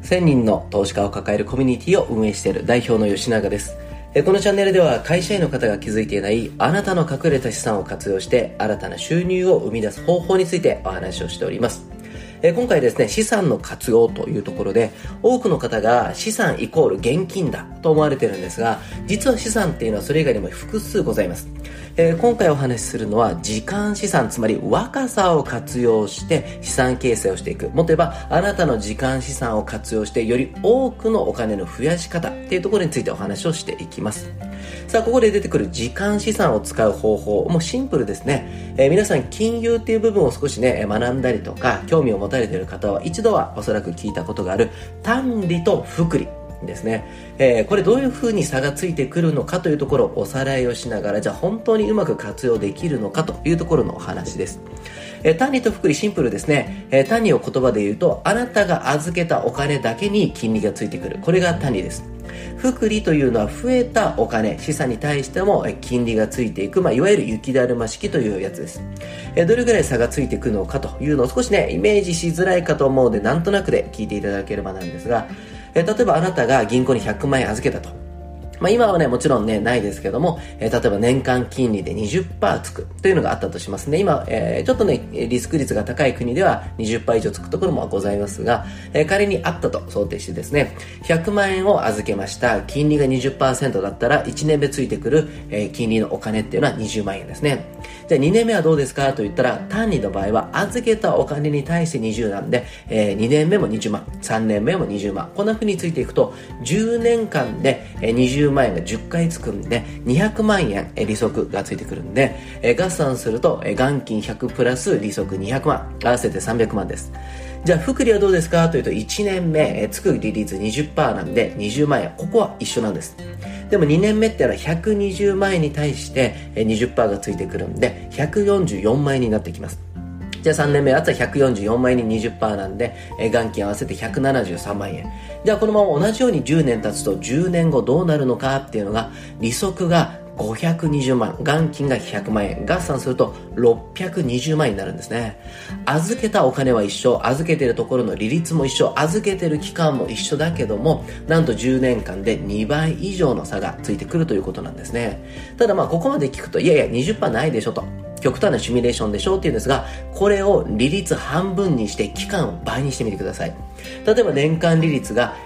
1000人の投資家を抱えるコミュニティを運営している代表の吉永です。このチャンネルでは会社員の方が気づいていないあなたの隠れた資産を活用して新たな収入を生み出す方法についてお話をしております。今回ですね、資産の活用というところで多くの方が資産イコール現金だと思われているんですが、実は資産っていうのはそれ以外にも複数ございます。今回お話しするのは時間資産、つまり若さを活用して資産形成をしていく、もっと言えばあなたの時間資産を活用してより多くのお金の増やし方っていうところについてお話をしていきます。さあ、ここで出てくる時間資産を使う方法もシンプルですね。皆さん金融っていう部分を少しね学んだりとか興味を持たれている方は一度はおそらく聞いたことがある単利と複利ですね。これどういう風に差がついてくるのかというところをおさらいをしながら、じゃあ本当にうまく活用できるのかというところのお話です。単利と複利、シンプルですね。単利を言葉で言うと、あなたが預けたお金だけに金利がついてくる、これが単利です。複利というのは増えたお金、資産に対しても金利がついていく、いわゆる雪だるま式というやつです。どれぐらい差がついていくのかというのを少しねイメージしづらいかと思うので、なんとなくで聞いていただければなんですが、例えばあなたが銀行に100万円預けたと。今はねもちろんねないですけども、例えば年間金利で 20% つくというのがあったとしますね。今、ちょっとねリスク率が高い国では 20% 以上つくところもございますが、仮にあったと想定してですね、100万円を預けました。金利が 20% だったら1年目ついてくる、金利のお金っていうのは20万円ですね。じゃあ2年目はどうですかと言ったら、単利の場合は預けたお金に対して20なんで、2年目も20万、3年目も20万、こんな風についていくと10年間で20万円が10回つくんで200万円利息がついてくるんで、合算すると元金100プラス利息200万、合わせて300万です。じゃあ複利はどうですかというと、1年目つく利率 20% なんで20万円、ここは一緒なんです。でも2年目ってのは120万円に対して 20% がついてくるんで144万円になってきます。じゃあ3年目は144万円に 20% なんで元金合わせて173万円。じゃあこのまま同じように10年経つと10年後どうなるのかっていうのが、利息が520万、元金が100万円、合算すると620万円になるんですね。預けたお金は一緒、預けてるところの利率も一緒、預けてる期間も一緒だけども、なんと10年間で2倍以上の差がついてくるということなんですね。ただここまで聞くと、いやいや 20% ないでしょと、極端なシミュレーションでしょっていうんですが、これを利率半分にして期間を倍にしてみてください。例えば年間利率が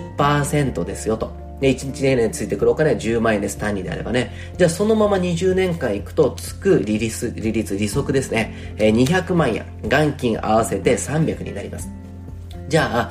10% ですよと。で1年についてくるお金は10万円です、単利であればね。じゃあそのまま20年間いくとつく利息ですね、200万円、元金合わせて300になります。じゃあ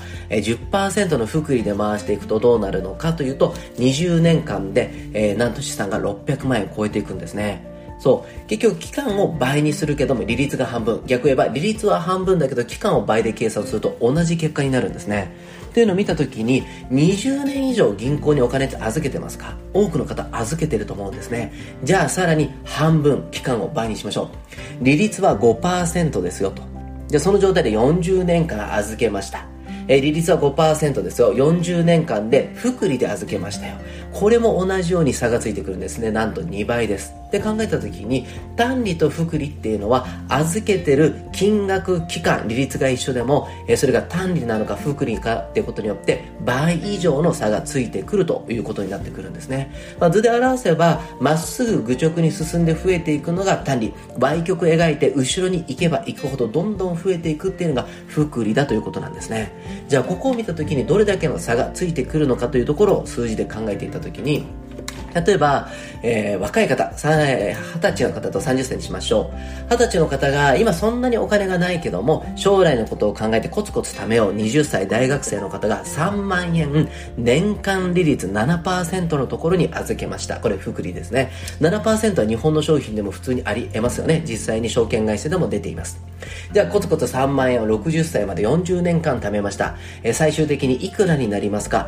10% の複利で回していくとどうなるのかというと、20年間で、なんと資産が600万円超えていくんですね。そう、結局期間を倍にするけども利率が半分、逆言えば利率は半分だけど期間を倍で計算すると同じ結果になるんですね。というのを見たときに、20年以上銀行にお金って預けてますか？多くの方預けてると思うんですね。じゃあさらに半分、期間を倍にしましょう。利率は 5% ですよと。じゃあその状態で40年間預けました。利率は 5% ですよ。40年間で複利で預けましたよ。これも同じように差がついてくるんですね。なんと2倍です。って考えた時に、単利と複利っていうのは預けてる金額、期間、利率が一緒でも、それが単利なのか複利かっていうことによって倍以上の差がついてくるということになってくるんですね。図で表せばまっすぐ愚直に進んで増えていくのが単利、歪曲描いて後ろに行けば行くほどどんどん増えていくっていうのが複利だということなんですね。じゃあここを見た時にどれだけの差がついてくるのかというところを数字で考えていった時に、例えば、若い方、20歳の方と30歳にしましょう。20歳の方が今そんなにお金がないけども将来のことを考えてコツコツ貯めよう。20歳大学生の方が3万円、年間利率 7% のところに預けました。これ複利ですね。 7% は日本の商品でも普通にあり得ますよね。実際に証券会社でも出ています。じゃあコツコツ3万円を60歳まで40年間貯めました。最終的にいくらになりますか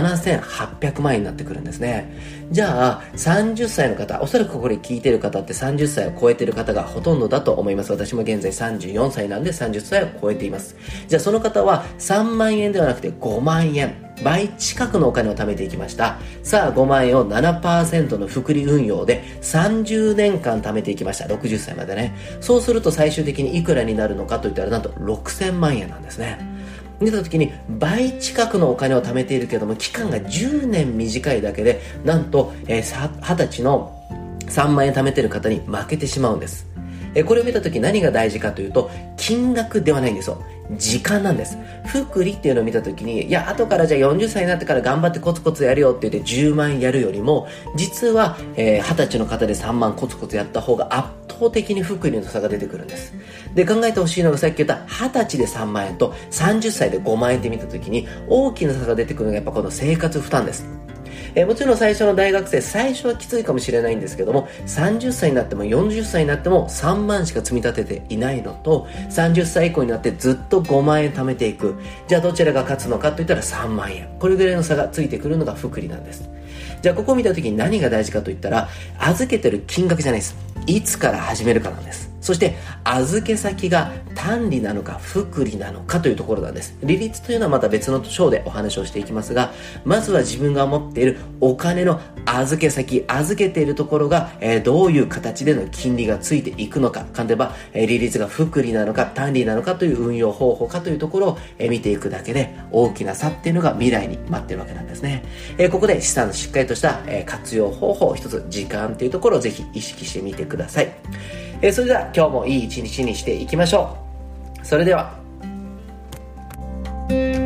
？7800万円になってくるんですね。じゃあ30歳の方、おそらくこれ聞いてる方って30歳を超えてる方がほとんどだと思います。私も現在34歳なんで30歳を超えています。じゃあその方は3万円ではなくて5万円、倍近くのお金を貯めていきました。さあ5万円を 7% の複利運用で30年間貯めていきました。60歳までね。そうすると最終的にいくらになるのかといったらなんと6000万円なんですね。 見た時に倍近くのお金を貯めているけども、期間が10年短いだけで、なんと、20歳の3万円貯めている方に負けてしまうんです。これを見た時何が大事かというと、金額ではないんですよ。時間なんです。複利っていうのを見た時に、いや、後からじゃあ40歳になってから頑張ってコツコツやるよって言って10万円やるよりも、実は、20歳の方で3万コツコツやった方が圧倒的に複利の差が出てくるんです。で、考えてほしいのがさっき言った20歳で3万円と30歳で5万円って見た時に、大きな差が出てくるのがやっぱこの生活負担です。もちろん最初の大学生、最初はきついかもしれないんですけども、30歳になっても40歳になっても3万しか積み立てていないのと、30歳以降になってずっと5万円貯めていく。じゃあどちらが勝つのかといったら3万円。これぐらいの差がついてくるのが複利なんです。じゃあここを見た時に何が大事かといったら、預けてる金額じゃないです。いつから始めるかなんです。そして預け先が単利なのか複利なのかというところなんです。利率というのはまた別の章でお話をしていきますが、まずは自分が持っているお金の預け先、預けているところが、どういう形での金利がついていくのか、例えば、利率が複利なのか単利なのかという運用方法かというところを、見ていくだけで大きな差っていうのが未来に待っているわけなんですね。ここで資産のしっかりとした、活用方法、一つ時間というところをぜひ意識してみてください。それでは今日もいい一日にしていきましょう。それでは。